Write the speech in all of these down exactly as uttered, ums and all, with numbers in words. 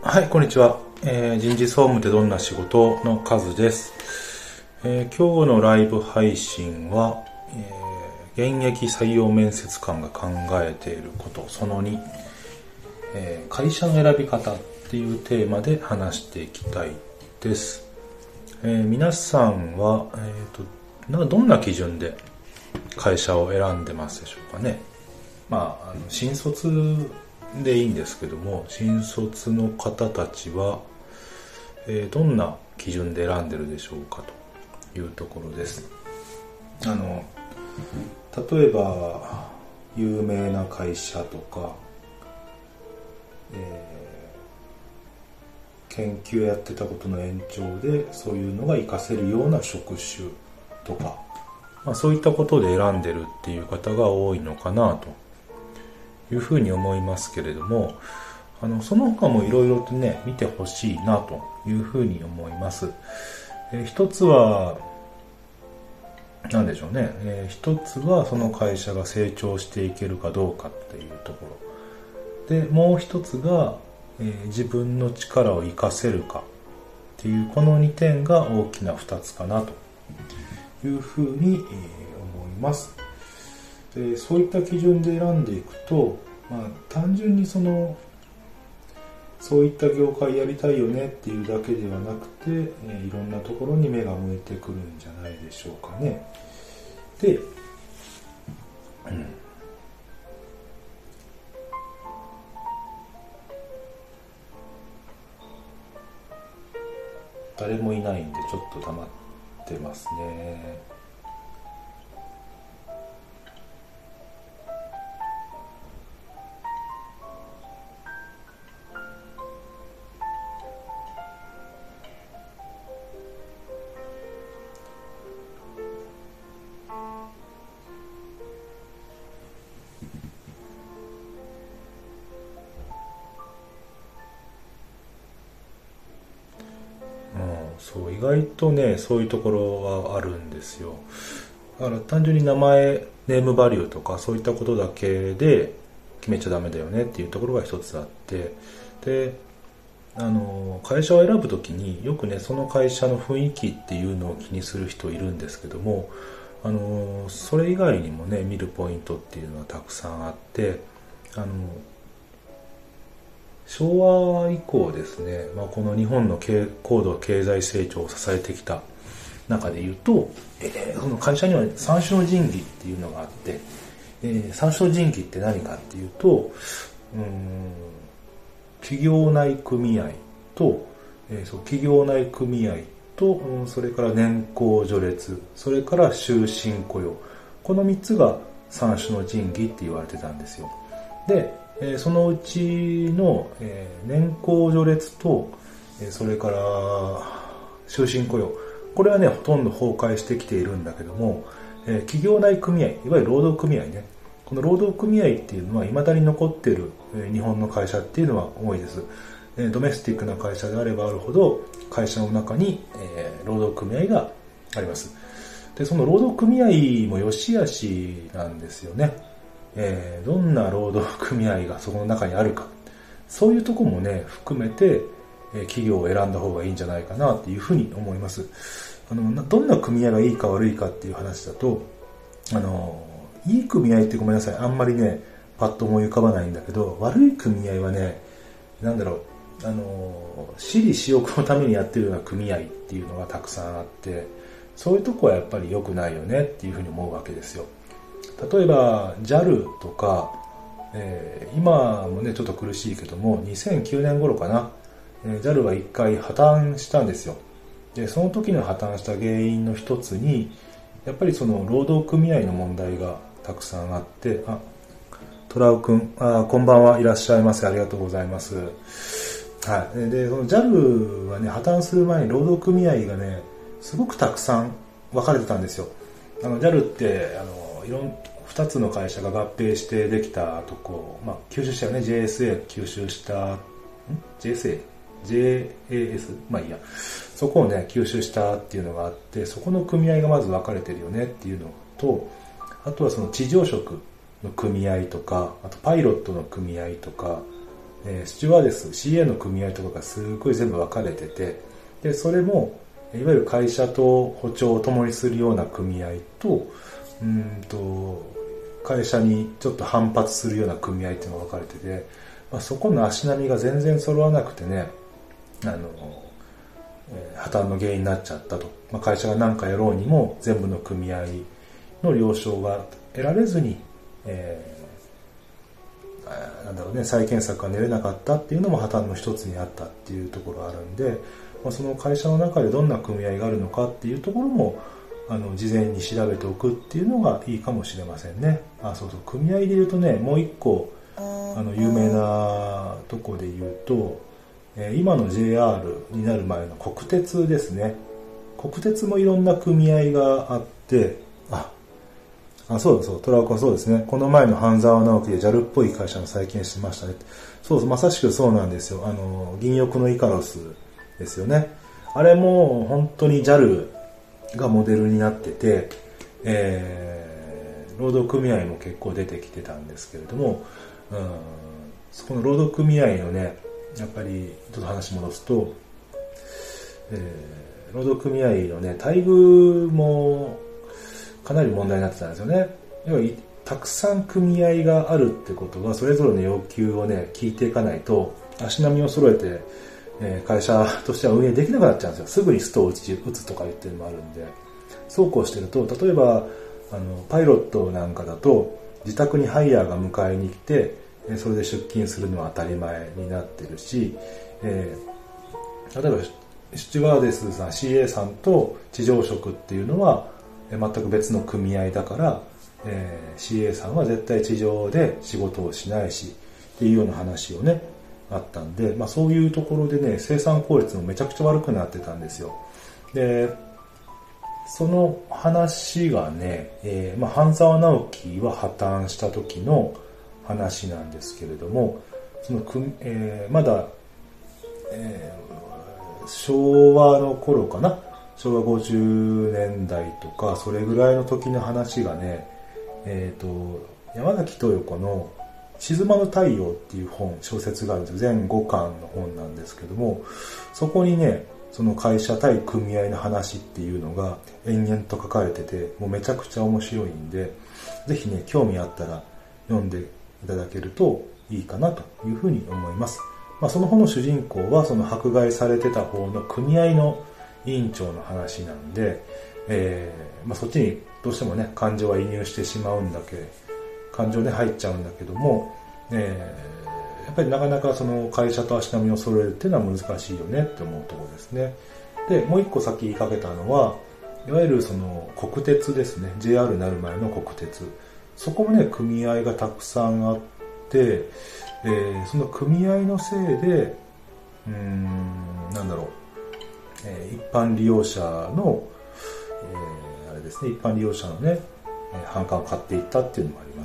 はい、こんにちは。えー人事総務ってどんな仕事のカズです。えー今日のライブ配信は、えー現役採用面接官が考えていることそのに、えー会社の選び方っていうテーマで話していきたいです。えー皆さんは、えーと、なんかどんな基準で会社を選んでますでしょうかね。まあ、あの新卒でいいんですけども、新卒の方たちは、えーどんな基準で選んでるでしょうかというところです。あの例えば有名な会社とか、えー研究やってたことの延長でそういうのが活かせるような職種とか、まあ、そういったことで選んでるっていう方が多いのかなというふうに思いますけれども、あのその他もいろいろとね見てほしいなというふうに思います。えー一つは何でしょうね、えー一つはその会社が成長していけるかどうかっていうところで、もう一つが、えー自分の力を活かせるかっていうこのにてんが大きなふたつかなというふうに、えー思います。でそういった基準で選んでいくと、まあ、単純にそのそういった業界やりたいよねっていうだけではなくて、えーいろんなところに目が向いてくるんじゃないでしょうかね。で、うん、誰もいないんでちょっと黙ってますね。うん、そう意外とねそういうところはあるんですよ。だから単純に名前ネームバリューとかそういったことだけで決めちゃダメだよねっていうところが一つあって、であの会社を選ぶときによくねその会社の雰囲気っていうのを気にする人いるんですけども、あのそれ以外にもね見るポイントっていうのはたくさんあって、あの昭和以降ですね、まあ、この日本の高度経済成長を支えてきた中で言うと、えー、その会社には三種の神器っていうのがあって、えー、三種の神器って何かっていうと、うーん企業内組合と、えー、そう企業内組合と、うん、それから年功序列、それから終身雇用、このみっつが三種の神器って言われてたんですよ。で、えーそのうちの、えー年功序列と、えーそれから終身雇用、これはねほとんど崩壊してきているんだけども、えー企業内組合、いわゆる労働組合ね、この労働組合っていうのは未だに残っている、えー日本の会社っていうのは多いです。えードメスティックな会社であればあるほど会社の中に、えー労働組合があります。でその労働組合も良し悪しなんですよね。えーどんな労働組合がそこの中にあるか、そういうところもね含めて、えー企業を選んだ方がいいんじゃないかなっていうふうに思います。あのどんな組合がいいか悪いかっていう話だと、あのいい組合ってごめんなさい、あんまりねパッと思い浮かばないんだけど、悪い組合はね、なんだろう、あの私利私欲のためにやってるような組合っていうのがたくさんあって、そういうとこはやっぱり良くないよねっていうふうに思うわけですよ。例えば ジャル とか、えー今もねちょっと苦しいけどもにせんきゅうねん頃かな、えー ジャル は一回破綻したんですよ。でその時の破綻した原因の一つにやっぱりその労働組合の問題がたくさんあって、あ、トラウ君、あ、こんばんはいらっしゃいませ、ありがとうございます。はい、でその ジャル はね破綻する前に労働組合がねすごくたくさん分かれてたんですよ。あの ジャル ってあのいろんふたつの会社が合併してできたとこ、まあ、吸収したよね。 ジェーエスエー 吸収したん ジェーエスエージェーエーエス まあいいや、そこをね吸収したっていうのがあって、そこの組合がまず分かれてるよねっていうのと、あとはその地上職の組合とか、あとパイロットの組合とか、 えー、スチュワーデス シーエー の組合とかがすごい全部分かれてて、でそれもいわゆる会社と歩調を共にするような組合と、うんと会社にちょっと反発するような組合っていうのが分かれてて、まあ、そこの足並みが全然揃わなくてね、あの、えー、破綻の原因になっちゃったと、まあ、会社が何かやろうにも全部の組合の了承が得られずに、えー、なんだろうね、再建策が練れなかったっていうのも破綻の一つにあったっていうところがあるんで、まあ、その会社の中でどんな組合があるのかっていうところもあの事前に調べておくっていうのがいいかもしれませんね。あ、そうそう、組合で言うとね、もう一個あの有名なとこで言うと、えー、今の ジェイアール になる前の国鉄ですね。国鉄もいろんな組合があって、あ、あそうだそう、トラウコはそうですね。この前の半沢直樹で ジャル っぽい会社の再建しましたね。そうそう、まさしくそうなんですよ。あの銀翼のイカロスですよね。あれも本当に ジャル がモデルになってて、えー、労働組合も結構出てきてたんですけれども、うん、そこの労働組合のね、やっぱりちょっと話戻すと、えー、労働組合のね、待遇もかなり問題になってたんですよね。要はたくさん組合があるってことは、それぞれの要求をね、聞いていかないと、足並みを揃えて、えー、会社としては運営できなくなっちゃうんですよ。すぐにストを打つ、打つとか言ってるのもあるんで。そうこうしてると、例えば、あの、パイロットなんかだと、自宅にハイヤーが迎えに来て、それで出勤するのは当たり前になってるし、えー、例えば、スチュワーデスさん、シーエー さんと地上職っていうのは、全く別の組合だから、えー、シーエー さんは絶対地上で仕事をしないしっていうような話をねあったんで、まあ、そういうところでね生産効率もめちゃくちゃ悪くなってたんですよ。でその話がね、えーまあ、半沢直樹は破綻した時の話なんですけれども、その組、えー、まだ、えー、昭和の頃かな、昭和ごじゅうねんだいとかそれぐらいの時の話がね、えーと、山崎豊子の沈まぬ太陽っていう本、小説があるんですよ。全ごかんの本なんですけども、そこにね、その会社対組合の話っていうのが延々と書かれてて、もうめちゃくちゃ面白いんで、ぜひね、興味あったら読んでいただけるといいかなというふうに思います。まあ、その本の主人公はその迫害されてた方の組合の委員長の話なんで、えーまあ、そっちにどうしてもね感情は移入してしまうんだけ感情で入っちゃうんだけども、えー、やっぱりなかなかその会社と足並みを揃えるっていうのは難しいよねって思うところですね。でもう一個さっき言いかけたのはいわゆるその国鉄ですね、 ジェイアール になる前の国鉄、そこもね組合がたくさんあって、えー、その組合のせいでうーんなんだろうえー、一般利用者の、えー、あれですね、一般利用者のね、反感を買っていったっていうのもあります。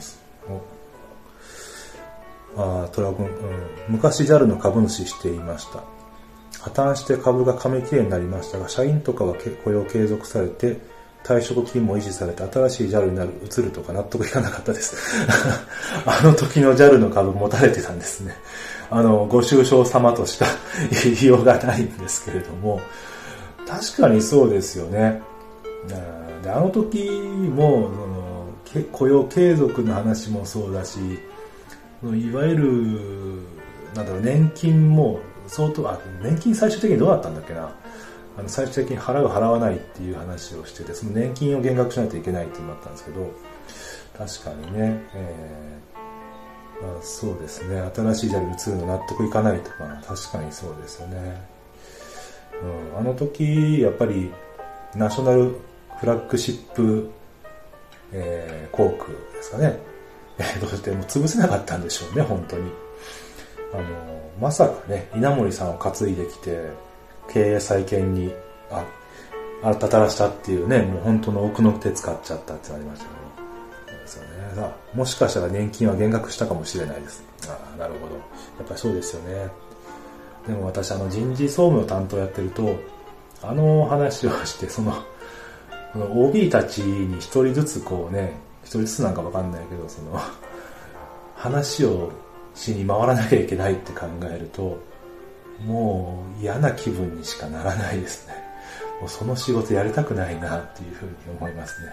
あトラ君、うん、昔 ジャル の株主していました。破綻して株が紙切れになりましたが、社員とかは雇用継続されて、退職金も維持されて、新しい ジャル になる、移るとか納得いかなかったです。あの時の ジャル の株持たれてたんですね。あの、ご愁傷様としか言いようがないんですけれども、確かにそうですよね。であの時もその雇用継続の話もそうだし、いわゆるなんだろう年金も相当、あ、年金最終的にどうだったんだっけな、あの最終的に払う払わないっていう話をしてて、その年金を減額しないといけないっていうのだったんですけど、確かにね、えーまあ、そうですね、新しいジャルに移るの納得いかないとか、確かにそうですよね。うん、あの時やっぱりナショナルフラッグシップ、えー、航空ですかね、えー、どうしても潰せなかったんでしょうね、本当に。あのまさかね、稲森さんを担いできて経営再建にああたたらしたっていうね、もう本当の奥の手使っちゃったってなりましたけど、そうですよね。さあもしかしたら年金は減額したかもしれないです。ああ、なるほど、やっぱりそうですよね。でも私あの人事総務の担当やってると、あの話をして、その オービー たちに一人ずつこうね、一人ずつなんかわかんないけど、その話をしに回らなきゃいけないって考えると、もう嫌な気分にしかならないですね。もうその仕事やりたくないなっていうふうに思いますね。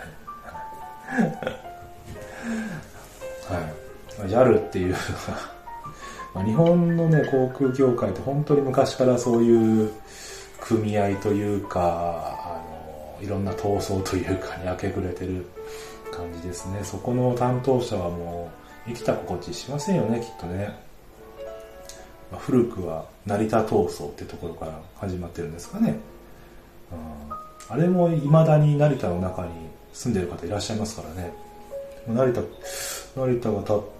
はい。ジャル っていうのは日本のね、航空業界って本当に昔からそういう組合というか、あの、いろんな闘争というかに明け暮れてる感じですね。そこの担当者はもう生きた心地しませんよね、きっとね。まあ、古くは成田闘争ってところから始まってるんですかね。うん、あれも未だに成田の中に住んでる方いらっしゃいますからね。成田、成田が立って、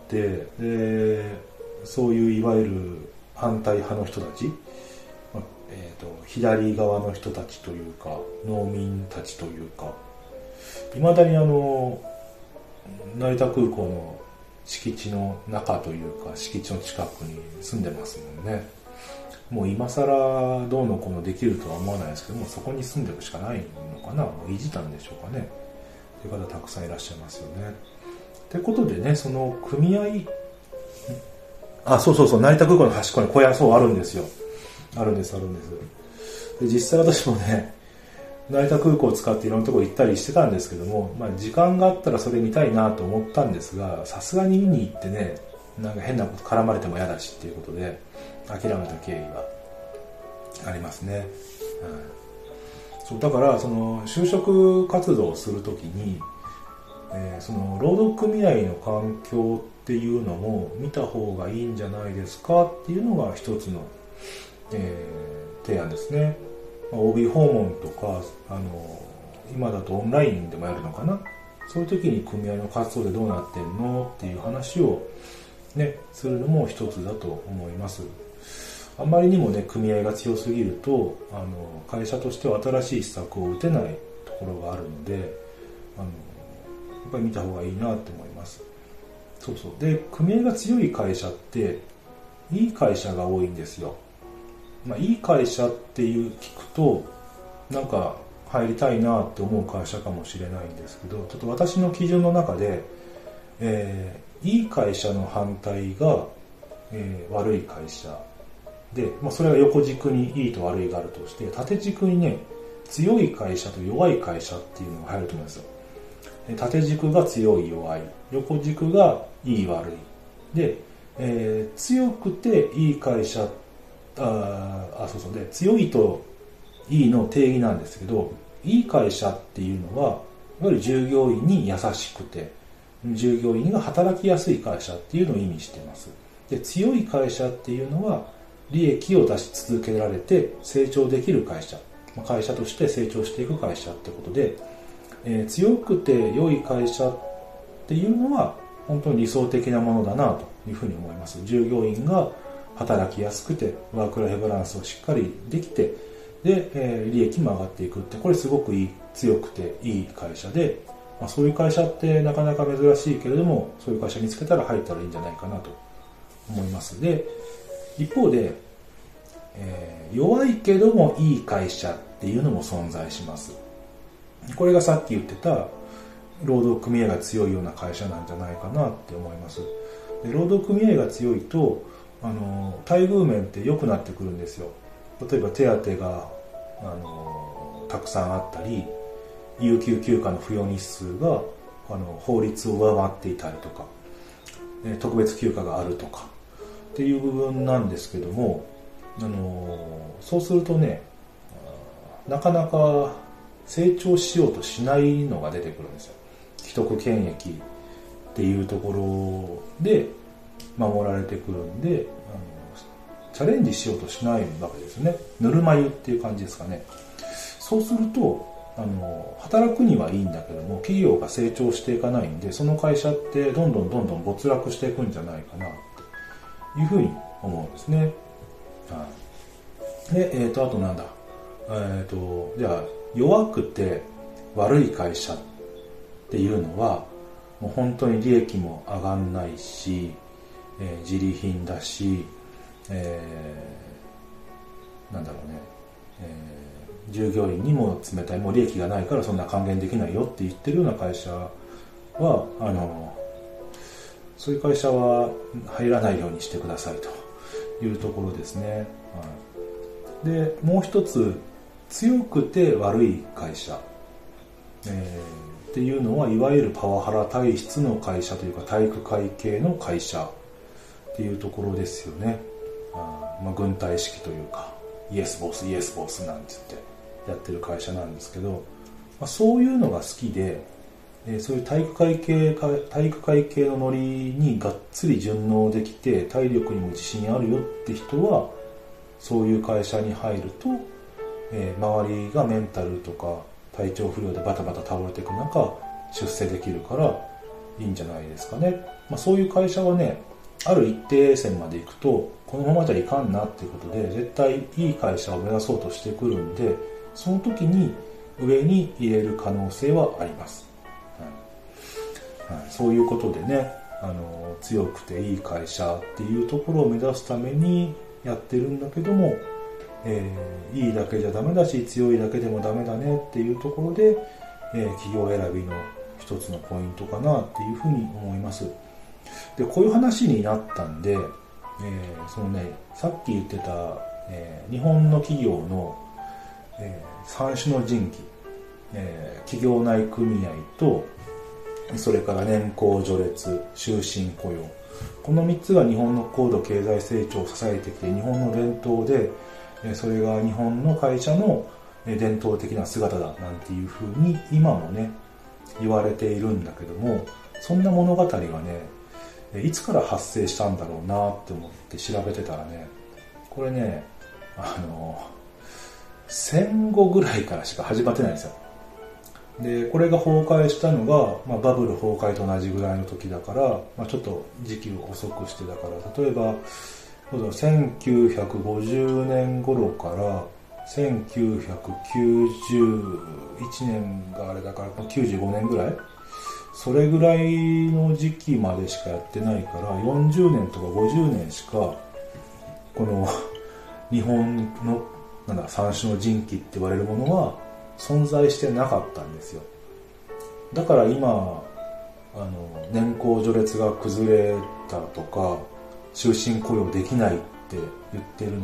で、そういういわゆる反対派の人たち、まあえーと、左側の人たちというか、農民たちというか、未だにあの、成田空港の敷地の中というか、敷地の近くに住んでますもんね。もう今更どうのこうのできるとは思わないですけども、そこに住んでるしかないのかな。もう意地なんでしょうかね。という方たくさんいらっしゃいますよね。ということでね、その組合、あ、そうそうそう、成田空港の端っこに小屋、そうあるんですよ。あるんです、あるんです。で、実際私もね、成田空港を使っていろんなところ行ったりしてたんですけども、まあ時間があったらそれ見たいなと思ったんですが、さすがに見に行ってね、なんか変なこと絡まれても嫌だしっていうことで、諦めた経緯がありますね。うん、そうだからその就職活動をするときに、えー、その労働組合の環境っていうのも見た方がいいんじゃないですかっていうのが一つの、えー、提案ですね。まあ、オービー 訪問とかあの今だとオンラインでもやるのかな。そういう時に組合の活動でどうなってんのっていう話をねするのも一つだと思います。あまりにもね組合が強すぎるとあの会社としては新しい施策を打てないところがあるので、あのやっぱり見た方がいいなと思います。そうそう。で、組合が強い会社っていい会社が多いんですよ。まあ、いい会社っていう聞くとなんか入りたいなって思う会社かもしれないんですけど、ちょっと私の基準の中で、えー、いい会社の反対が、えー、悪い会社で、まあ、それが横軸にいいと悪いがあるとして、縦軸にね強い会社と弱い会社っていうのが入ると思うんですよ。縦軸が強い弱い、横軸がいい悪いで、えー、強くていい会社、ああそうそうで強いといいの定義なんですけど、いい会社っていうのはいわゆる従業員に優しくて従業員が働きやすい会社っていうのを意味しています。で、強い会社っていうのは利益を出し続けられて成長できる会社、会社として成長していく会社ってことで、えー、強くて良い会社っていうのは本当に理想的なものだなというふうに思います。従業員が働きやすくてワークライフバランスをしっかりできて、で、えー、利益も上がっていくって、これすごくいい、強くていい会社で、まあ、そういう会社ってなかなか珍しいけれども、そういう会社見つけたら入ったらいいんじゃないかなと思います。で、一方で、えー、弱いけどもいい会社っていうのも存在します。これがさっき言ってた労働組合が強いような会社なんじゃないかなって思います。で、労働組合が強いとあの待遇面って良くなってくるんですよ。例えば手当があのたくさんあったり、有給休暇の付与日数があの法律を上回っていたりとか、特別休暇があるとかっていう部分なんですけども、あのそうするとね、なかなか成長しようとしないのが出てくるんですよ。既得権益っていうところで守られてくるんで、あのチャレンジしようとしないわけですね。ぬるま湯っていう感じですかね。そうするとあの働くにはいいんだけども、企業が成長していかないんで、その会社ってどんどんどんどん没落していくんじゃないかなっていうふうに思うんですね。はい、で、えーと、あとなんだ、えーと、じゃあ弱くて悪い会社っていうのはもう本当に利益も上がんないし、えー、自利品だし、えー、なんだろうね、えー、従業員にも冷たい、もう利益がないからそんな還元できないよって言ってるような会社はあのそういう会社は入らないようにしてくださいというところですね。はい、でもう一つ、強くて悪い会社、えー、っていうのは、いわゆるパワハラ体質の会社というか体育会系の会社っていうところですよね。あ、まあ、軍隊式というか、イエスボスイエスボスなんて言ってやってる会社なんですけど、まあ、そういうのが好きで、えー、そういう体育会系体育会系のノリにがっつり順応できて、体力にも自信あるよって人は、そういう会社に入ると、えー、周りがメンタルとか体調不良でバタバタ倒れていく中、出世できるからいいんじゃないですかね。まあ、そういう会社はね、ある一定線まで行くと、このままじゃいかんなっていうことで、絶対いい会社を目指そうとしてくるんで、その時に上に入れる可能性はあります。はいはい、そういうことでね、あの強くていい会社っていうところを目指すためにやってるんだけども、えー、いいだけじゃダメだし、強いだけでもダメだねっていうところで、えー、企業選びの一つのポイントかなっていうふうに思います。で、こういう話になったんで、えー、そのね、さっき言ってた、えー、日本の企業の、えー、三種の神器、えー、企業内組合と、それから年功序列、終身雇用、このみっつが日本の高度経済成長を支えてきて、日本の伝統で、それが日本の会社の伝統的な姿だなんていうふうに今もね言われているんだけども、そんな物語がね、いつから発生したんだろうなって思って調べてたらね、これね、あの戦後ぐらいからしか始まってないんですよ。で、これが崩壊したのが、まあ、バブル崩壊と同じぐらいの時だから、まあ、ちょっと時期を遅くしてだから、例えばせんきゅうひゃくごじゅうねん頃からせんきゅうひゃくきゅうじゅういちねんがあれだからきゅうじゅうごねんぐらい、それぐらいの時期までしかやってないから、よんじゅうねんとかごじゅうねんしかこの日本のなんだ三種の神器って言われるものは存在してなかったんですよ。だから今あの年功序列が崩れたとか終身雇用できないって言ってるのって、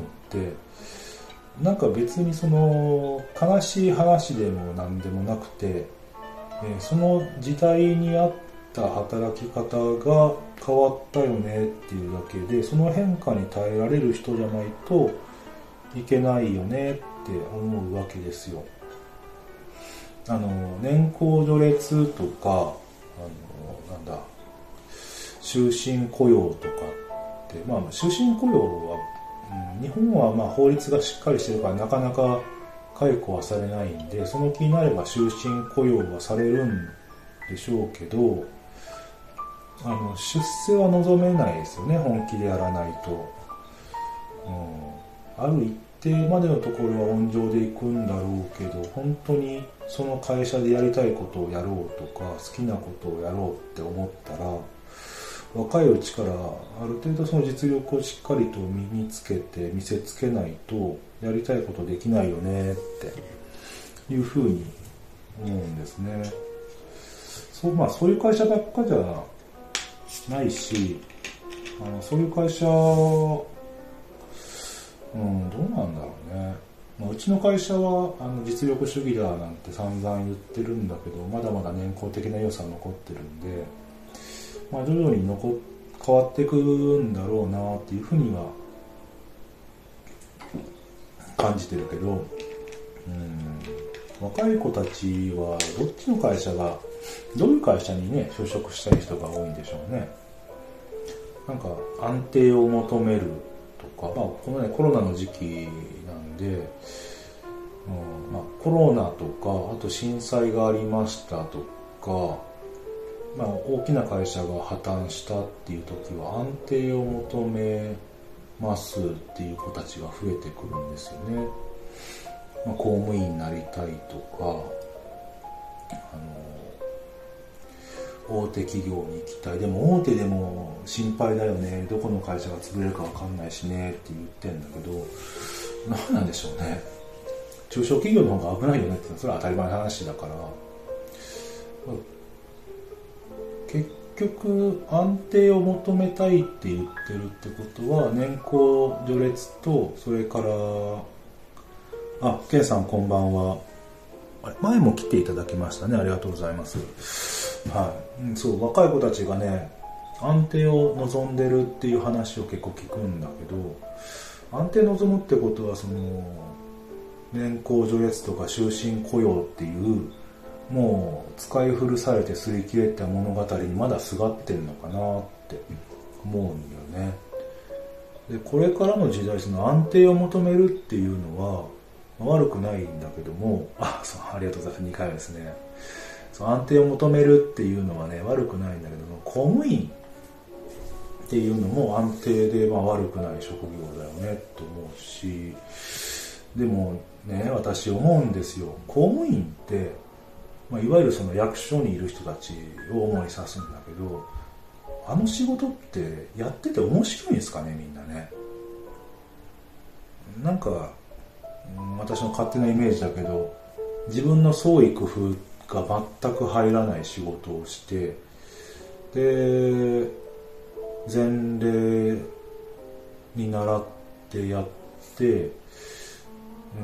なんか別にその悲しい話でも何でもなくて、えー、その時代に合った働き方が変わったよねっていうだけで、その変化に耐えられる人じゃないといけないよねって思うわけですよ。あの年功序列とか、あのなんだ終身雇用とかって、まあ終身雇用は、うん、日本はまあ法律がしっかりしてるからなかなか解雇はされないんで、その気になれば終身雇用はされるんでしょうけど、あの出世は望めないですよね、本気でやらないと。うん、ある一定までのところは温情でいくんだろうけど、本当にその会社でやりたいことをやろうとか好きなことをやろうって思ったら、若いうちからある程度その実力をしっかりと身につけて見せつけないとやりたいことできないよねっていうふうに思うんですね。そう、まあそういう会社ばっかじゃないし、あのそういう会社、うん、どうなんだろうね。まあ、うちの会社はあの実力主義だなんて散々言ってるんだけど、まだまだ年功的な良さ残ってるんで、まあ、徐々に残変わっていくんだろうなっていうふうには感じてるけど、うん、若い子たちはどっちの会社がどういう会社にね就職したい人が多いんでしょうね。なんか安定を求めるとか、まあ、このねコロナの時期なんで、うんまあ、コロナとかあと震災がありましたとか、まあ、大きな会社が破綻したっていう時は安定を求めますっていう子たちが増えてくるんですよね。まあ、公務員になりたいとか、あの大手企業に行きたい、でも大手でも心配だよね、どこの会社が潰れるか分かんないしねって言ってんだけど、何なんでしょうね。中小企業の方が危ないよねってそれは当たり前の話だから、結局安定を求めたいって言ってるってことは、年功序列と、それからあ、ケンさんこんばんは。あれ前も来ていただきましたね。ありがとうございます。はい、うん、そう、若い子たちがね、安定を望んでるっていう話を結構聞くんだけど、安定望むってことは、その年功序列とか終身雇用っていうもう使い古されて擦り切れた物語にまだすがってるのかなって思うんだよね。でこれからの時代、その安定を求めるっていうのは悪くないんだけども、あ、そう、ありがとうございます。にかいめですね。そう、安定を求めるっていうのはね、悪くないんだけども、公務員っていうのも安定で、まあ、悪くない職業だよねと思うし、でもね、私思うんですよ。公務員って、まあ、いわゆるその役所にいる人たちを主に指すんだけど、あの仕事ってやってて面白いんですかね、みんなね。なんか、私の勝手なイメージだけど、自分の創意工夫が全く入らない仕事をして、で前例に倣ってやって、うん、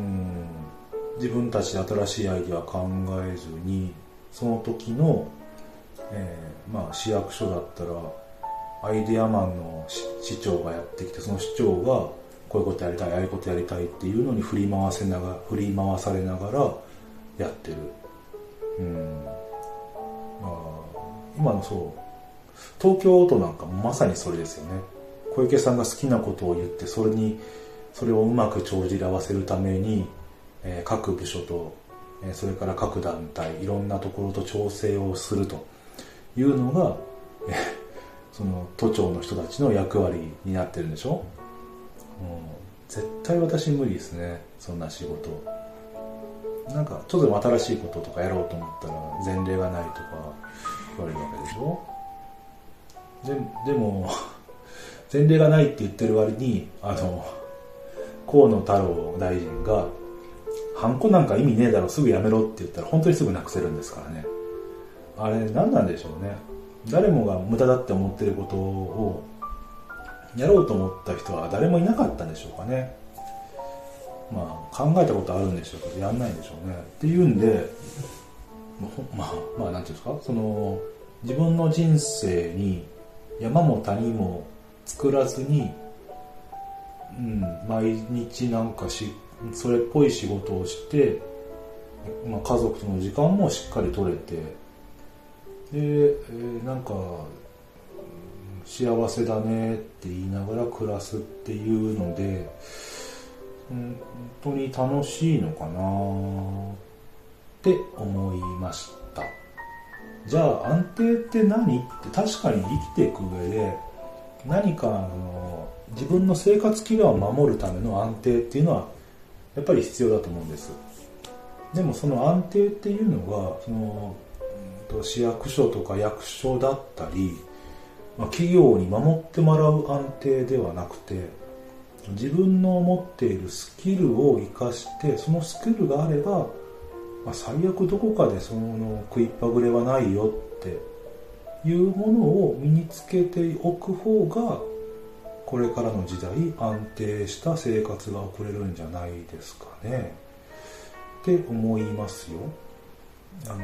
自分たちで新しいアイデア考えずに、その時の、えーまあ、市役所だったらアイデアマンの市長がやってきて、その市長がこういうことやりたい、ああいうことやりたいっていうのに振り回せながら振り回されながらやってる。うん、まあ、今のそう東京都なんかもまさにそれですよね。小池さんが好きなことを言って、それにそれをうまく帳尻合わせるために、えー、各部署と、えー、それから各団体、いろんなところと調整をするというのが、えー、その都庁の人たちの役割になってるんでしょ。もう絶対私無理ですね、そんな仕事。なんかちょっとでも新しいこととかやろうと思ったら前例がないとか言われるわけでしょ。で, でも前例がないって言ってる割に、あの河野太郎大臣がハンコなんか意味ねえだろ、すぐやめろって言ったら本当にすぐなくせるんですからね。あれ何なんでしょうね。誰もが無駄だって思ってることをやろうと思った人は誰もいなかったんでしょうかね。まあ考えたことあるんでしょうけどやんないんでしょうねっていうんで、まあまあなんていうんですか、その自分の人生に山も谷も作らずに、うん、毎日なんかしそれっぽい仕事をして、まあ、家族との時間もしっかり取れて、で、えー、なんか幸せだねって言いながら暮らすっていうので、うん、本当に楽しいのかなって思いました。じゃあ安定って何って確かに生きていく上で何かあの自分の生活基盤を守るための安定っていうのはやっぱり必要だと思うんです。でもその安定っていうのがその市役所とか役所だったり、まあ、企業に守ってもらう安定ではなくて、自分の持っているスキルを生かして、そのスキルがあれば、まあ、最悪どこかでその食いっぱぐれはないよっていうものを身につけておく方がこれからの時代安定した生活が送れるんじゃないですかねって思いますよ。あの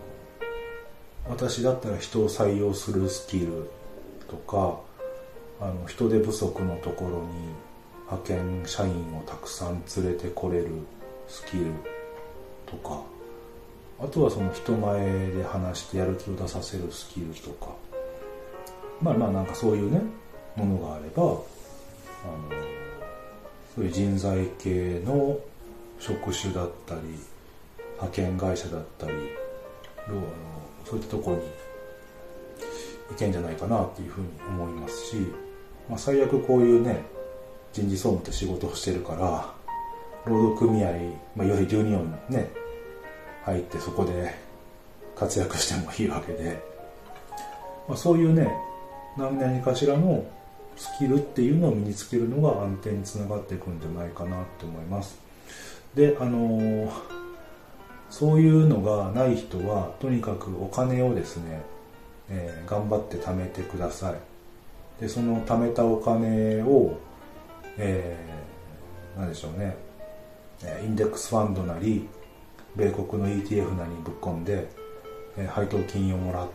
私だったら人を採用するスキルとか、あの人手不足のところに派遣社員をたくさん連れてこれるスキルとか、あとはその人前で話してやる気を出させるスキルとか、まあまあなんかそういうねものがあれば、あのそういう人材系の職種だったり派遣会社だったり、そういったところにいけんじゃないかなっていうふうに思いますし、まあ、最悪こういうね人事総務って仕事をしてるから労働組合、まあ、いわゆるユニオンね入ってそこで活躍してもいいわけで、まあ、そういうね何々かしらのスキルっていうのを身につけるのが安定につながっていくんじゃないかなと思います。で、あのー、そういうのがない人はとにかくお金をですねえー、頑張って貯めてください。でその貯めたお金を、えー、なんでしょうね、インデックスファンドなり米国の イーティーエフ なりにぶっ込んで、えー、配当金をもらって、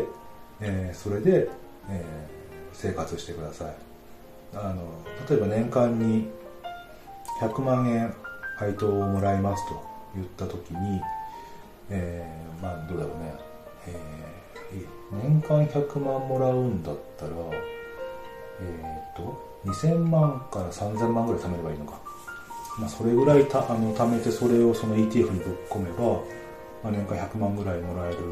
えー、それで、えー、生活してください。あの例えば年間にひゃくまんえん配当をもらいますと言ったときに、えー、まあどうだろうね、えー、年間ひゃくまんもらうんだったら、えー、とにせんまんからさんぜんまんぐらい貯めればいいのか、まあ、それぐらいたあの貯めてそれをその イーティーエフ にぶっ込めば、まあ、年間ひゃくまんぐらいもらえる、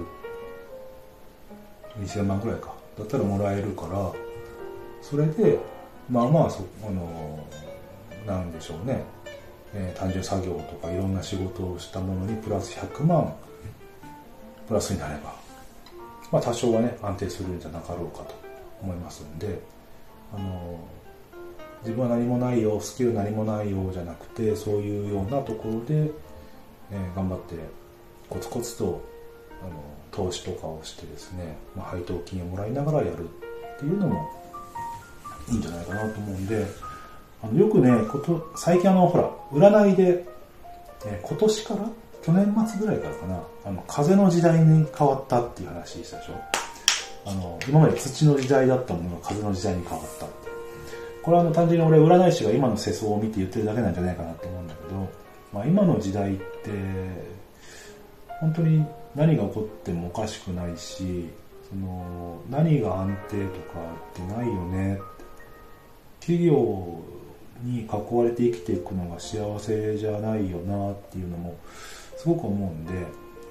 にせんまんぐらいかだったらもらえるから、それでまあまあそあのなんでしょうね、えー、単純作業とかいろんな仕事をしたものにプラスひゃくまんプラスになれば、まあ多少はね安定するんじゃなかろうかと思いますんで、あの自分は何もないよ、スキル何もないよじゃなくて、そういうようなところで、えー、頑張ってコツコツとあの投資とかをしてですね、まあ、配当金をもらいながらやるっていうのもいいんじゃないかなと思うんで、あのよくねこと最近あのほら占いで、えー、今年から去年末ぐらいからかな、あの風の時代に変わったっていう話でしたでしょ。あの今まで土の時代だったものが風の時代に変わった。これはあの単純に俺占い師が今の世相を見て言ってるだけなんじゃないかなと思うんだけど、まあ、今の時代って本当に何が起こってもおかしくないし、その何が安定とかってないよね。企業に囲われて生きていくのが幸せじゃないよなっていうのもすごく思うんで、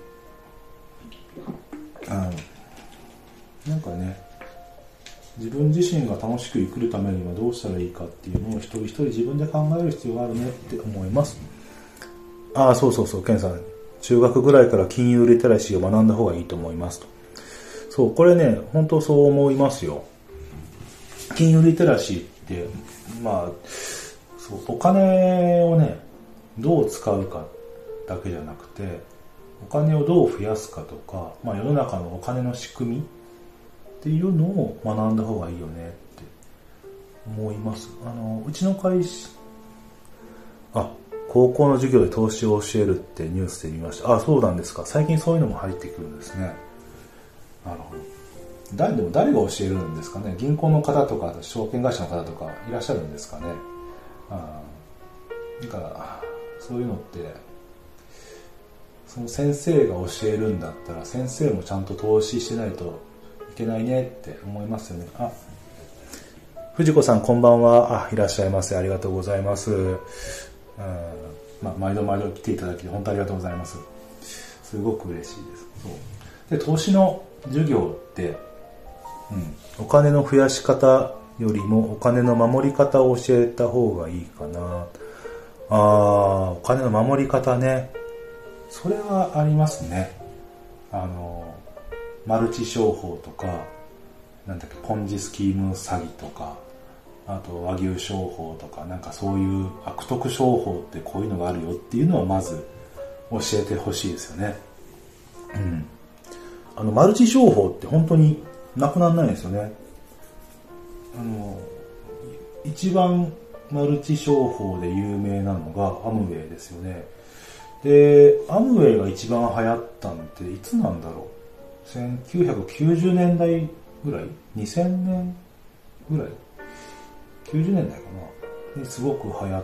あのなんかね、自分自身が楽しく生きるためにはどうしたらいいかっていうのを一人一人自分で考える必要があるねって思います。ああ、そうそうそう、ケンさん、中学ぐらいから金融リテラシーを学んだ方がいいと思いますと。そう、これね、本当そう思いますよ。金融リテラシーって、まあ、そう、お金をね、どう使うかだけじゃなくて、お金をどう増やすかとか、まあ世の中のお金の仕組みっていうのを学んだ方がいいよねって思います。あのうちの会社、あ、高校の授業で投資を教えるってニュースで見ました。あ、そうなんですか。最近そういうのも入ってくるんですね。なるほど。誰でも誰が教えるんですかね。銀行の方とか証券会社の方とかいらっしゃるんですかね。あ、なんかそういうのってその先生が教えるんだったら先生もちゃんと投資してないといけないねって思いますよね。あ、藤子さんこんばんは。あ、いらっしゃいませ。ありがとうございます。うん、まあ、毎度毎度来ていただき本当ありがとうございます。すごく嬉しいです。そうで、投資の授業って、うん、お金の増やし方よりもお金の守り方を教えた方がいいかな。あー、お金の守り方ね。それはありますね。あのマルチ商法とか、なんだっけ、ポンジスキーム詐欺とか、あと和牛商法とか、なんかそういう悪徳商法ってこういうのがあるよっていうのをまず教えてほしいですよね。うん。あのマルチ商法って本当になくならないですよね。あの一番マルチ商法で有名なのがアムウェイですよね。で、アムウェイが一番流行ったのっていつなんだろう。せんきゅうひゃくきゅうじゅうねんだいぐらい ?にせんねんぐらい ?きゅうじゅうねんだいかなにすごく流行って、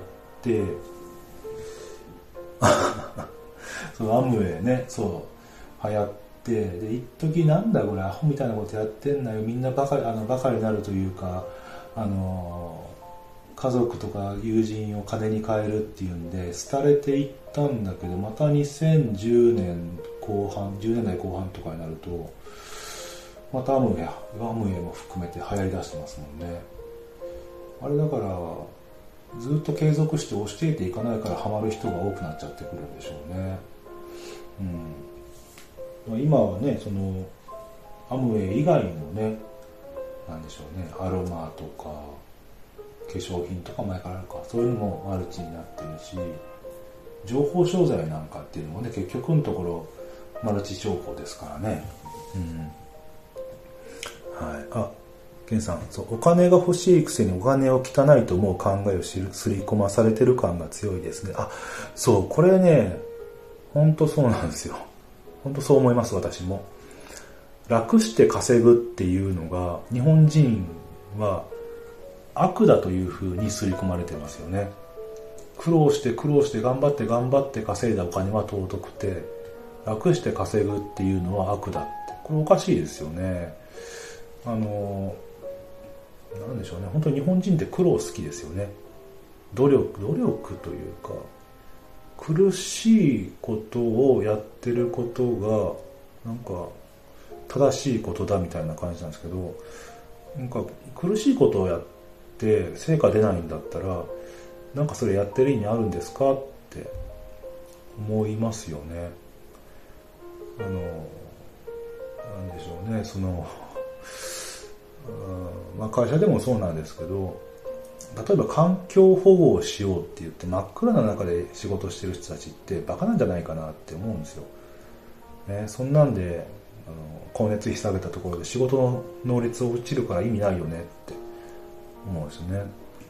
そう、アムウェイね、そう、流行って、で、一時なんだこれアホみたいなことやってんなよ、みんなバカ、あの、バカになるというか、あの、家族とか友人を金に換えるっていうんで廃れていったんだけど、またにせんじゅうねんこう半、じゅうねんだいこう半とかになるとまたアムウェイ、アムウェイも含めて流行りだしてますもんね。あれだからずっと継続して教えていかないからハマる人が多くなっちゃってくるんでしょうね。うん、まあ、今はね、そのアムウェイ以外のね、なんでしょうね、アロマとか化粧品とか前からあるか、そういうのもマルチになってるし、情報商材なんかっていうのもね、結局のところマルチ商法ですからね。うん、 はい。あ、ケンさん、そう、お金が欲しいくせにお金を汚いと思う考えをすり込まされてる感が強いですね。あ、そう、これね、本当そうなんですよ。本当そう思います、私も。楽して稼ぐっていうのが、日本人は悪だという風に刷り込まれてますよね。苦労して苦労して頑張って頑張って稼いだお金は尊くて、楽して稼ぐっていうのは悪だって。これおかしいですよね。あの、なんでしょうね。本当に日本人って苦労好きですよね。努力、努力というか、苦しいことをやってることが、なんか、正しいことだみたいな感じなんですけど、なんか苦しいことをやって成果出ないんだったら、なんかそれやってる意味あるんですかって思いますよね。あの、なんでしょうね、その、うん、まあ会社でもそうなんですけど、例えば環境保護をしようって言って真っ暗な中で仕事してる人たちってバカなんじゃないかなって思うんですよ。ね、そんなんで、あの光熱費下げたところで仕事の能率落ちるから意味ないよねって思うんですよね。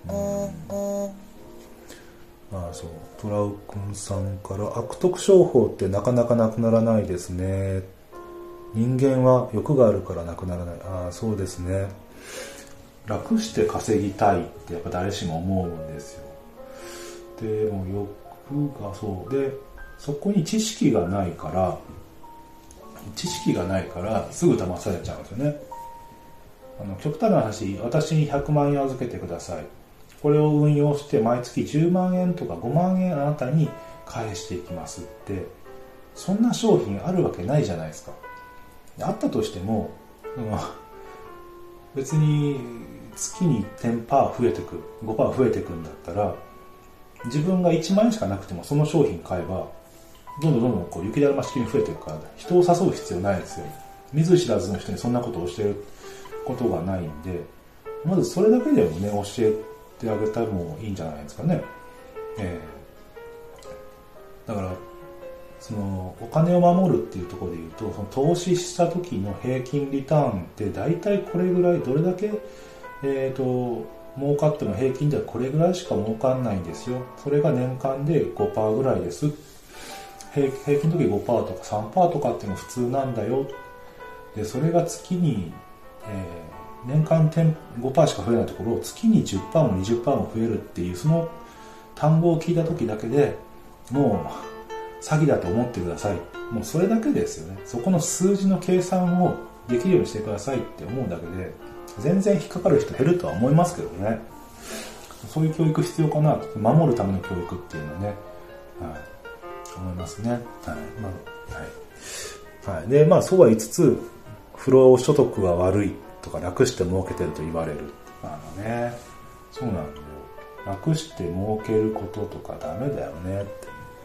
うん、ああ、そう、トラウくんさんから悪徳商法ってなかなかなくならないですね。人間は欲があるからなくならない。ああ、そうですね。楽して稼ぎたいってやっぱ誰しも思うんですよ。でも欲がそうで、そこに知識がないから知識がないからすぐ騙されちゃうんですよね。あの極端な話、私にひゃくまんえん預けてください。これを運用して毎月じゅうまんえんとかごまんえんあなたに返していきますって、そんな商品あるわけないじゃないですか。あったとしても、うん、別に月に じゅっパーセント 増えてく ごパーセント 増えてくんだったら、自分がいちまんえんしかなくてもその商品買えばどんどんどんどんこう雪だるま式に増えていくから、人を誘う必要ないですよ。見ず知らずの人にそんなことをしていることがないんで、まずそれだけでもね、教えてあげたらもいいんじゃないですかね。えー、だからそのお金を守るっていうところで言うと、その投資した時の平均リターンって大体これぐらい、どれだけえーと儲かっても平均ではこれぐらいしか儲かんないんですよ。それが年間で ごパーセント ぐらいです。平, 平均の時 ごパーセント とか さんパーセント とかっていうのが普通なんだよ。でそれが月に、えー、年間 ごパーセント しか増えないところを月に じゅっパーセント も にじゅっパーセント も増えるっていう、その単語を聞いた時だけでもう詐欺だと思ってください。もうそれだけですよね。そこの数字の計算をできるようにしてくださいって思うだけで全然引っかかる人減るとは思いますけどね。そういう教育必要かなと。守るための教育っていうのはね、はい、思いますね。はい。まあ、はい。はい。で、まあ、そうは言いつつ、不労所得が悪いとか、楽して儲けてると言われる。あのね、そうなんだよ。楽して儲けることとかダメだよねって。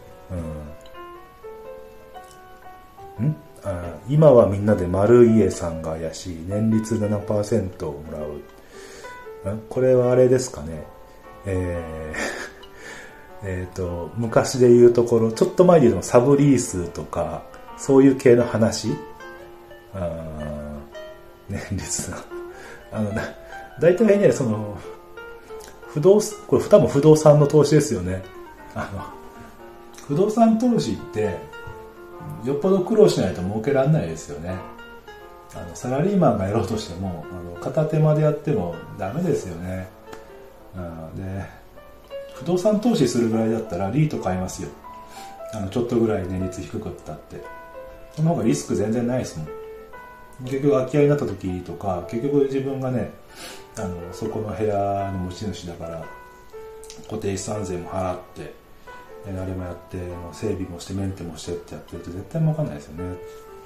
うん。んあ今はみんなで丸家さんが怪しい。年率 ななパーセント をもらう。んこれはあれですかね。えーえっと、昔で言うところ、ちょっと前で言うとサブリースとか、そういう系の話あ年率な。あの、だいたいね、その、不動、これ多分不動産の投資ですよね。あの、不動産投資って、よっぽど苦労しないと儲けられないですよね。あの、サラリーマンがやろうとしても、あの、片手間でやってもダメですよね。うん、で、不動産投資するぐらいだったらリート買いますよ。あのちょっとぐらい年率低くったってその方がリスク全然ないですもん。結局空き家になった時とか、結局自分がね、あのそこの部屋の持ち主だから固定資産税も払ってあれもやって整備もしてメンテもしてってやってると絶対儲かんないですよね。はい、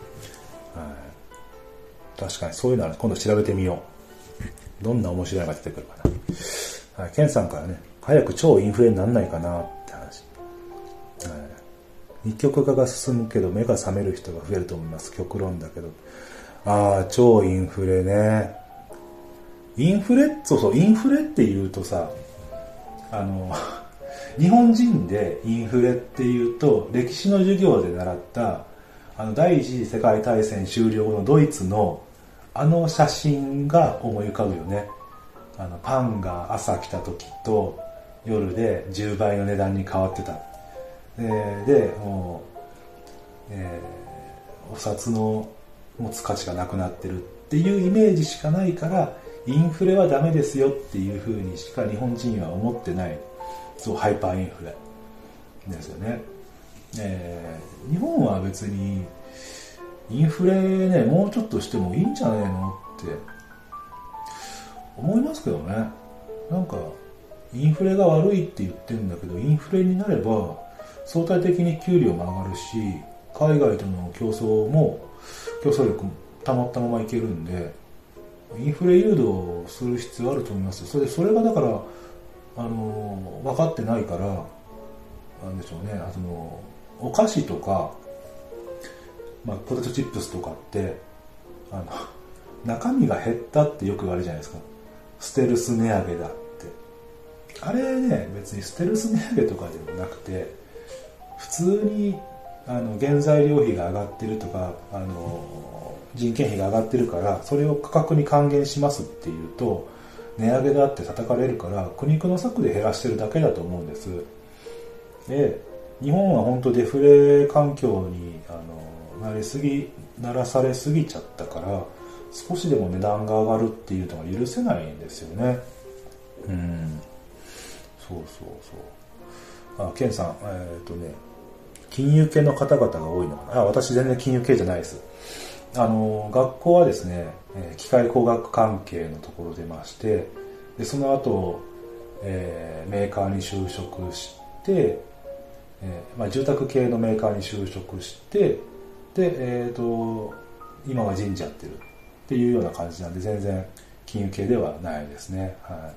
確かにそういうのは今度調べてみよう。どんな面白いのが出てくるかな。はい、ケンさんからね、早く超インフレにならないかなって話。はい、二極化が進むけど目が覚める人が増えると思います。極論だけど。ああ、超インフレね。インフレ、そうそう、インフレって言うとさ、あの、日本人でインフレっていうと、歴史の授業で習った、あの、第一次世界大戦終了後のドイツのあの写真が思い浮かぶよね。あのパンが朝来た時と夜でじゅうばいの値段に変わってた。で、でもう、えー、お札の持つ価値がなくなってるっていうイメージしかないから、インフレはダメですよっていう風にしか日本人は思ってない。そう、ハイパーインフレですよね。えー、日本は別にインフレね、もうちょっとしてもいいんじゃないのって思いますけどね。なんかインフレが悪いって言ってるんだけど、インフレになれば相対的に給料も上がるし、海外との競争も競争力も保ったままいけるんで、インフレ誘導する必要あると思いますよ。それでそれがだからあの分かってないから、なんでしょうね、あのお菓子とか、まあ、ポテトチップスとかってあの中身が減ったってよく言われるじゃないですか。ステルス値上げだって。あれね、別にステルス値上げとかでもなくて、普通にあの原材料費が上がってるとか、あの人件費が上がってるからそれを価格に還元しますっていうと値上げだって叩かれるから、苦肉の策で減らしてるだけだと思うんです。で、日本は本当デフレ環境にあのなりすぎならされすぎちゃったから、少しでも値段が上がるっていうのが許せないんですよね。うん、そうそうそう。あ、ケンさん、えっとね、金融系の方々が多いのかな。あ、私全然金融系じゃないです。あの学校はですね、機械工学関係のところ出まして、でその後、えー、メーカーに就職して、えーまあ、住宅系のメーカーに就職して、で、えーと、今は神社やってるっていうような感じなんで、全然金融系ではないですね。はい。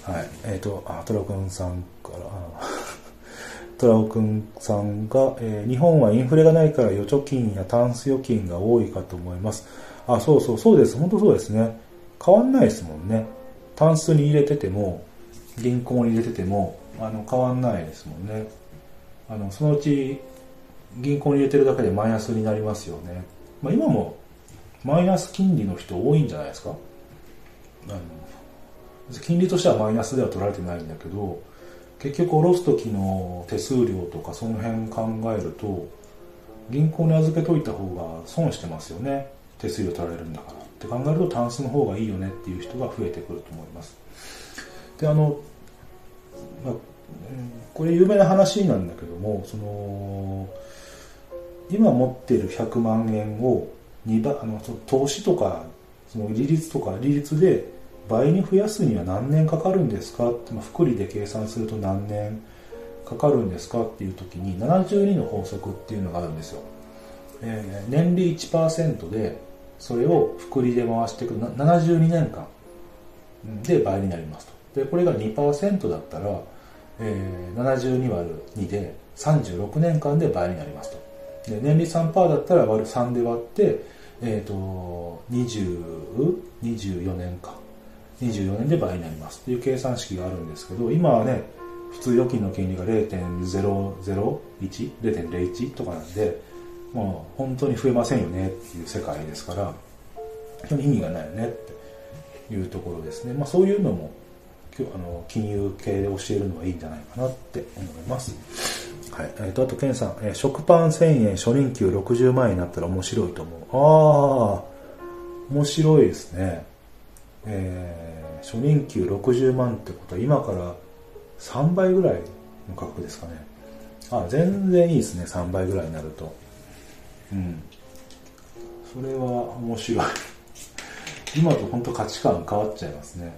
はい。えっと、あ、トラくんさんから、トラオくんさんが、えー、日本はインフレがないから預貯金やタンス預金が多いかと思います。あ、そうそう、そうです。本当そうですね。変わんないですもんね。タンスに入れてても、銀行に入れてても、あの、変わんないですもんね。あの、そのうち、銀行に入れてるだけでマイナスになりますよね。まあ今も、マイナス金利の人多いんじゃないですか。あの、金利としてはマイナスでは取られてないんだけど、結局下ろす時の手数料とかその辺考えると、銀行に預けといた方が損してますよね。手数料取られるんだからって考えると、タンスの方がいいよねっていう人が増えてくると思います。で、あの、まあ、これ有名な話なんだけども、その今持っているひゃくまんえんをにばい、あの投資とかその利率とか利率で倍に増やすには何年かかるんですかって、まあ、複利で計算すると何年かかるんですかっていう時にななじゅうにの法則っていうのがあるんですよ。えー、年利 いちパーセント でそれを複利で回していくななじゅうにねんかんで倍になりますと。でこれが にパーセント だったら、えー、ななじゅうに割るにでさんじゅうろくねんかんで倍になりますと。で年利 さんパーセント だったら割るさんで割って、えー、とにじゅう、にじゅうよねんかにじゅうよねんで倍になりますっていう計算式があるんですけど、今はね普通預金の金利が ゼロてんゼロゼロいち、ゼロてんゼロいち とかなんで、もう本当に増えませんよねっていう世界ですから、非常に意味がないよねっていうところですね。まあそういうのもあの金融系で教えるのはいいんじゃないかなって思います。はい。えー、とあとケンさん、えー、食パンせんえん初任給ろくじゅうまん円になったら面白いと思う。ああ、面白いですね。えー、初任給ろくじゅうまんってことは今からさんばいぐらいの価格ですかね。あ、全然いいですね。さんばいぐらいになると。うん。それは面白い。今と本当価値観変わっちゃいますね。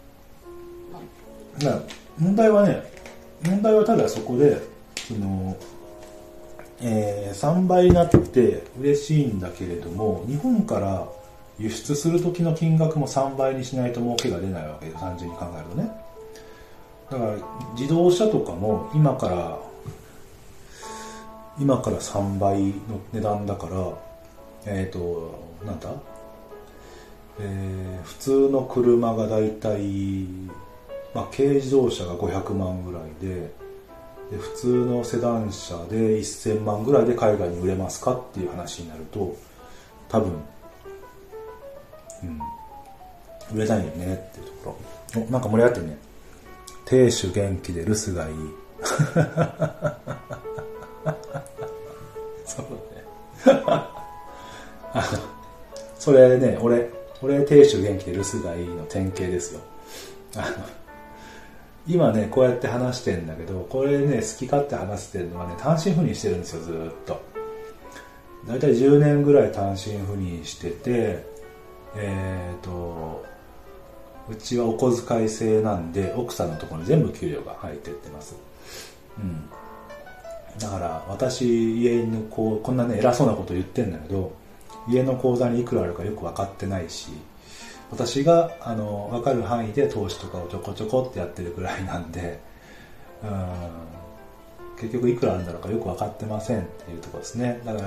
だから問題はね、問題はただそこで、その、えー、さんばいになって嬉しいんだけれども、日本から輸出する時の金額もさんばいにしないと儲けが出ないわけで、単純に考えるとね。だから自動車とかも今から今からさんばいの値段だから、えっとなんだ、えー、普通の車がだいたい、まあ、軽自動車がごひゃくまんぐらいで、で普通のセダン車でせんまんぐらいで海外に売れますかっていう話になると、多分うん、売れないよねっていうところ。お、なんか盛り上がってるね。亭主元気で留守がいい。そうね。あの、それね、俺、俺亭主元気で留守がいいの典型ですよ。あの、今ね、こうやって話してんだけど、これね、好き勝手話してるのはね、単身赴任してるんですよ、ずーっと。だいたいじゅうねんぐらい単身赴任してて、えーと、うちはお小遣い制なんで、奥さんのところに全部給料が入ってってます。うん。だから、私、家のこう、こんなね、偉そうなこと言ってんだけど、家の口座にいくらあるかよく分かってないし、私があの分かる範囲で投資とかをちょこちょこってやってるくらいなんで、うん、結局いくらあるんだろうかよく分かってませんっていうところですね。だ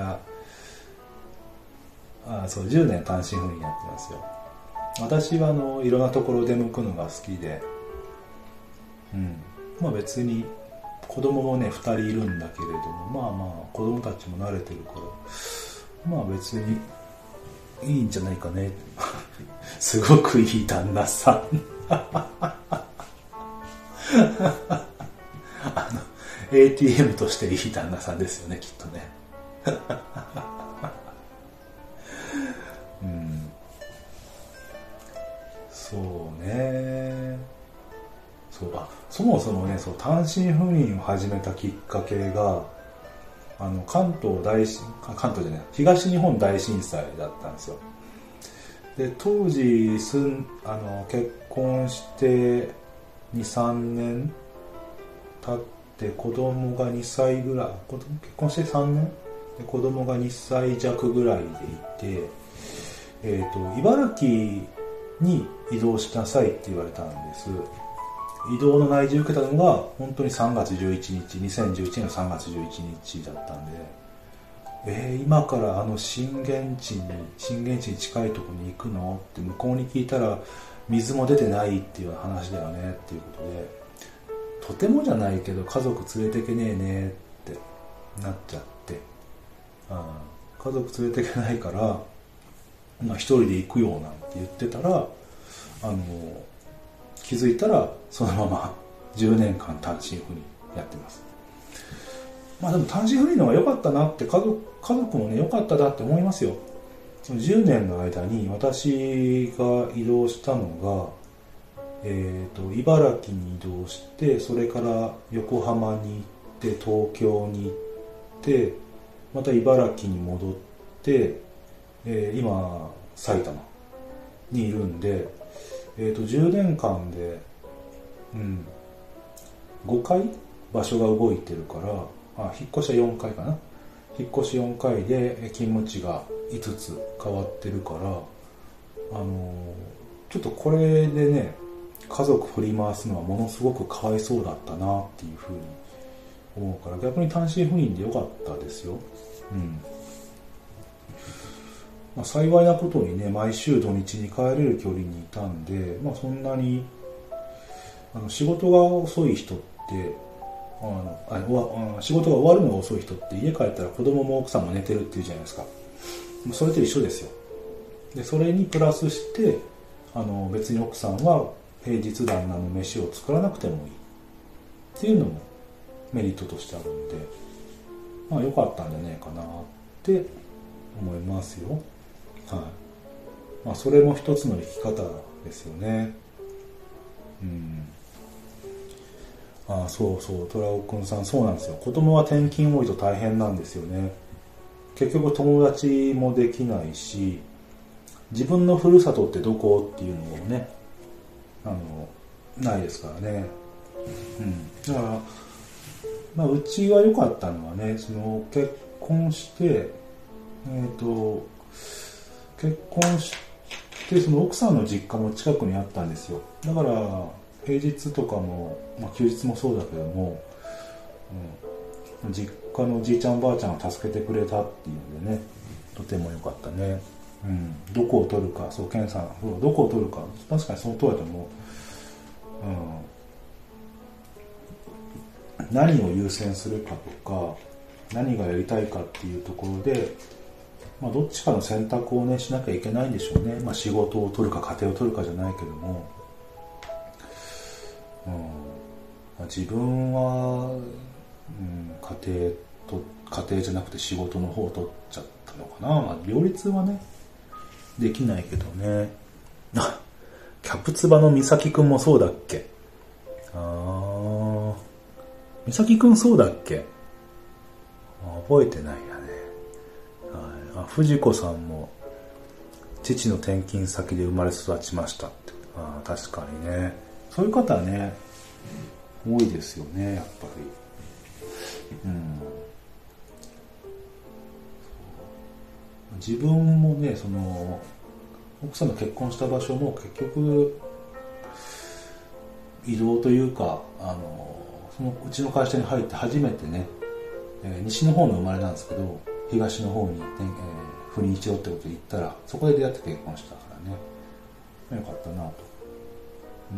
からあそうじゅうねん単身赴任やってますよ。私はあのいろんなところ出向くのが好きで、うん、まあ別に子供もねふたりいるんだけれども、まあまあ子供たちも慣れてるからまあ別にいいんじゃないかね。すごくいい旦那さん。あの エーティーエム としていい旦那さんですよね、きっとね。うん、そうね。そうあそもそもね、そう単身赴任を始めたきっかけが、あの関東大震関東じゃない東日本大震災だったんですよ。で当時すんあの結婚してにさんねん経って子供がにさいぐらい、子供結婚してさんねんで子供がにさい弱ぐらいでいて、えーと、茨城に移動しなさいって言われたんです。移動の内示を受けたのが本当にさんがつじゅういちにち、にせんじゅういちねんのさんがつじゅういちにちだったんで、えー、今からあの震源地に震源地に近いところに行くのって向こうに聞いたら水も出てないっていう話だよねっていうことで、とてもじゃないけど家族連れてけねえねってなっちゃって、あ家族連れてけないから、まあ、一人で行くよなんて言ってたら、あの気づいたらそのままじゅうねんかん単身赴任やってます。まあでも単身赴任の方が良かったなって、家族、家族もね良かったなって思いますよ。そのじゅうねんの間に私が移動したのが、えーと、茨城に移動して、それから横浜に行って東京に行って、また茨城に戻って、えー、今埼玉にいるんで、えーと、じゅうねんかんで、うん、ごかい場所が動いてるから、あ、引っ越しはよんかいかな。引っ越しよんかいで勤務地がいつつ変わってるから、あのー、ちょっとこれでね、家族振り回すのはものすごくかわいそうだったなっていうふうに思うから、逆に単身赴任でよかったですよ。うん。まあ、幸いなことにね、毎週土日に帰れる距離にいたんで、まあそんなに、あの仕事が遅い人って、あのあわ仕事が終わるのが遅い人って家帰ったら子供も奥さんも寝てるっていうじゃないですか。それと一緒ですよ。でそれにプラスして、あの別に奥さんは平日旦那の飯を作らなくてもいいっていうのもメリットとしてあるんで、まあ良かったんじゃないかなって思いますよ。はい。まあそれも一つの生き方ですよね。うん。ああ、そうそう、トラオくんさん、そうなんですよ。子供は転勤多いと大変なんですよね。結局友達もできないし、自分のふるさとってどこっていうのもね、あのないですからね。うん。だから、まあうちは良かったのはね、その結婚して、えっと結婚してその奥さんの実家も近くにあったんですよ。だから平日とかも、まあ、休日もそうだけども、うん、実家のじいちゃんばあちゃんが助けてくれたっていうのでね、とても良かったね。うん、どこを取るか、そう、ケンさん、どこを取るか、確かにその通りだと思う。うん、何を優先するかとか、何がやりたいかっていうところで、 まあ、どっちかの選択をねしなきゃいけないんでしょうね。まあ、仕事を取るか家庭を取るかじゃないけども、うんまあ、自分は、うん、家庭と家庭じゃなくて仕事の方を取っちゃったのかな。まあ、両立はねできないけどね。あ、キャプツバの美咲くんもそうだっけ。ああ、美咲くんそうだっけ。覚えてないやね。はい、あ、藤子さんも父の転勤先で生まれ育ちましたって。あ、確かにね、そういう方はね多いですよね、やっぱり。うん、自分もね、その奥さんの結婚した場所も結局移動というか、あのそのうちの会社に入って初めてね、えー、西の方の生まれなんですけど、東の方に、ねえー、赴任しろってことで行ったら、そこで出会って結婚したからね、よかったなと。うん、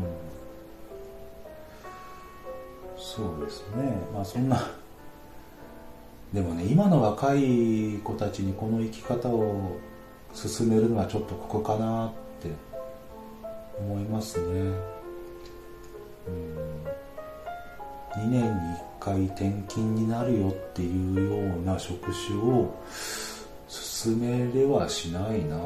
そうですね。まあそんなでもね、今の若い子たちにこの生き方を進めるのはちょっとここかなって思いますね。うん、にねんにいっかい転勤になるよっていうような職種を進めれはしないな、うん、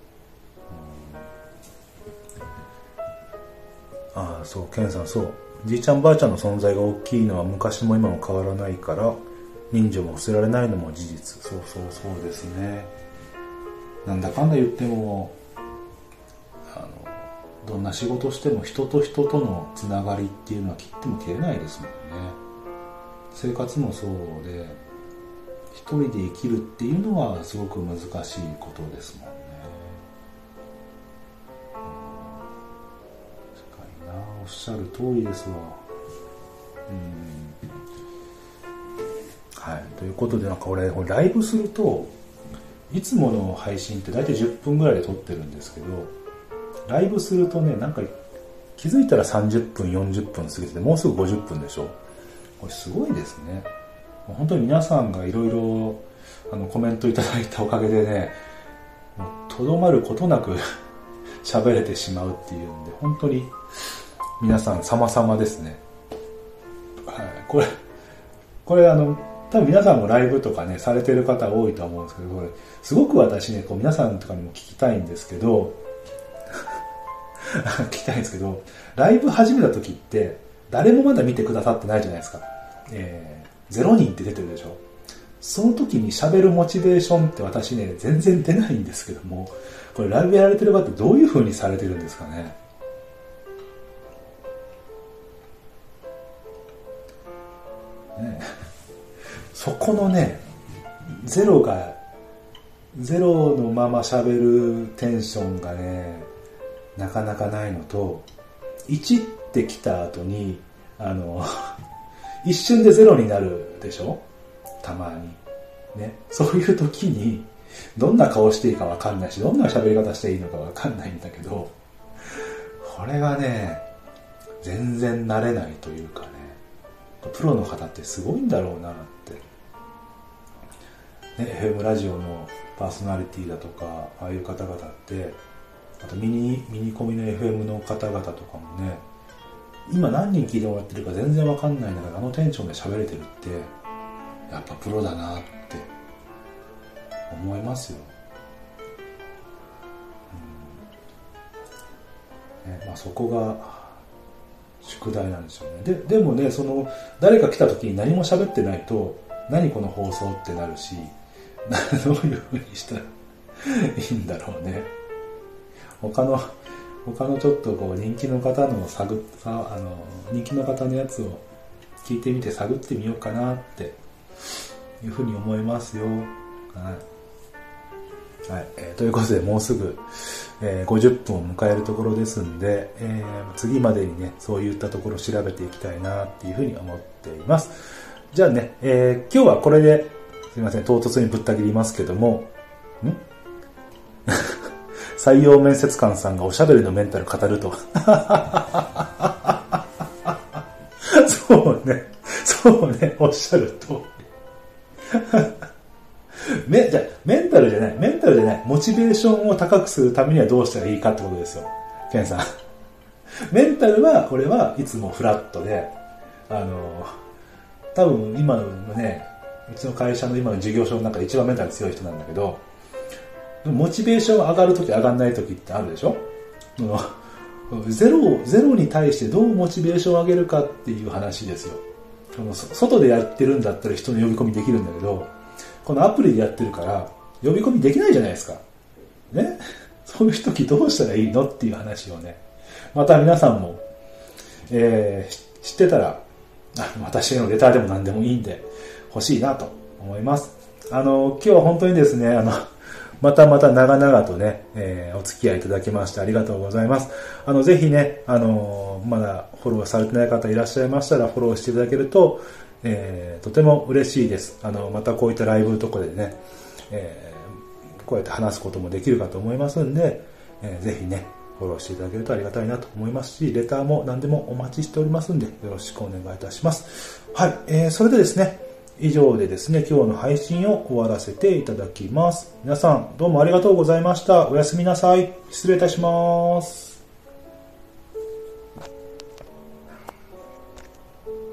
ああ、そう、ケンさん、そう、じいちゃんばあちゃんの存在が大きいのは昔も今も変わらないから、人情も捨てられないのも事実。そうそうそうですね。なんだかんだ言っても、あのどんな仕事しても人と人とのつながりっていうのは切っても切れないですもんね。生活もそうで、一人で生きるっていうのはすごく難しいことですもんね。確かにな、おっしゃる通りですわ。うん、はい、ということで、なんか俺ライブすると、いつもの配信って大体じゅっぷんぐらいで撮ってるんですけど、ライブするとね、なんか気づいたらさんじゅっぷんよんじゅっぷん過ぎてて、もうすぐごじゅっぷんでしょ。これすごいですね。本当に皆さんがいろいろコメントいただいたおかげでね、とどまることなく喋れてしまうっていうんで、本当に皆さん様々ですね。はい、これこれあの多分皆さんもライブとかねされてる方多いと思うんですけど、これすごく私ね、こう皆さんとかにも聞きたいんですけど聞きたいんですけど、ライブ始めた時って誰もまだ見てくださってないじゃないですか。えー、ゼロにんって出てるでしょ。その時に喋るモチベーションって私ね全然出ないんですけども、これライブやられてる方ってどういう風にされてるんですかね。ね、そこのね、ゼロがゼロのまま喋るテンションがねなかなかないのと、いちってきた後にあの一瞬でゼロになるでしょ、たまにね。そういう時にどんな顔していいか分かんないし、どんな喋り方していいのか分かんないんだけど、これがね全然慣れないというかね、プロの方ってすごいんだろうなって、ね、エフエム ラジオのパーソナリティだとか、ああいう方々って、あとミニミニコミの エフエム の方々とかもね、今何人聞いてもらってるか全然わかんないんだから、あのテンションで喋れてるってやっぱプロだなって思いますよ。うん、ね、まあ、そこが宿題なんですよね。で、でもね、その誰か来た時に何も喋ってないと、何この放送ってなるし、どういう風にしたらいいんだろうね。他の他のちょっとこう人気の方の探ったあの人気の方のやつを聞いてみて探ってみようかなっていうふうに思いますよ。はい、はい、えー、ということでもうすぐ、えー、ごじゅっぷんを迎えるところですんで、えー、次までにねそういったところを調べていきたいなっていうふうに思っています。じゃあね、えー、今日はこれですいません、唐突にぶった切りますけども、ん採用面接官さんがおしゃべりのメンタル語るとそうね、そうね、おっしゃる通りめ、じゃメンタルじゃない、メンタルじゃない、モチベーションを高くするためにはどうしたらいいかってことですよ。ケンさん。メンタルは、俺はいつもフラットで、あの、多分今のね、うちの会社の今の事業所の中で一番メンタル強い人なんだけど、モチベーション上がるとき上がんないときってあるでしょ？ゼロ、ゼロに対してどうモチベーションを上げるかっていう話ですよ。外でやってるんだったら人の呼び込みできるんだけど、このアプリでやってるから呼び込みできないじゃないですか。ね？そういう時どうしたらいいのっていう話をね、また皆さんも、えー、知ってたら、私へのレターでも何でもいいんで欲しいなと思います。あの、今日は本当にですね、あの、またまた長々とね、えー、お付き合いいただきましてありがとうございます。あの、ぜひね、あのー、まだフォローされてない方いらっしゃいましたらフォローしていただけると、えー、とても嬉しいです。あの、またこういったライブとかでね、えー、こうやって話すこともできるかと思いますんで、えー、ぜひね、フォローしていただけるとありがたいなと思いますし、レターも何でもお待ちしておりますんで、よろしくお願いいたします。はい、えー、それでですね、以上でですね、今日の配信を終わらせていただきます。皆さんどうもありがとうございました。おやすみなさい。失礼いたします。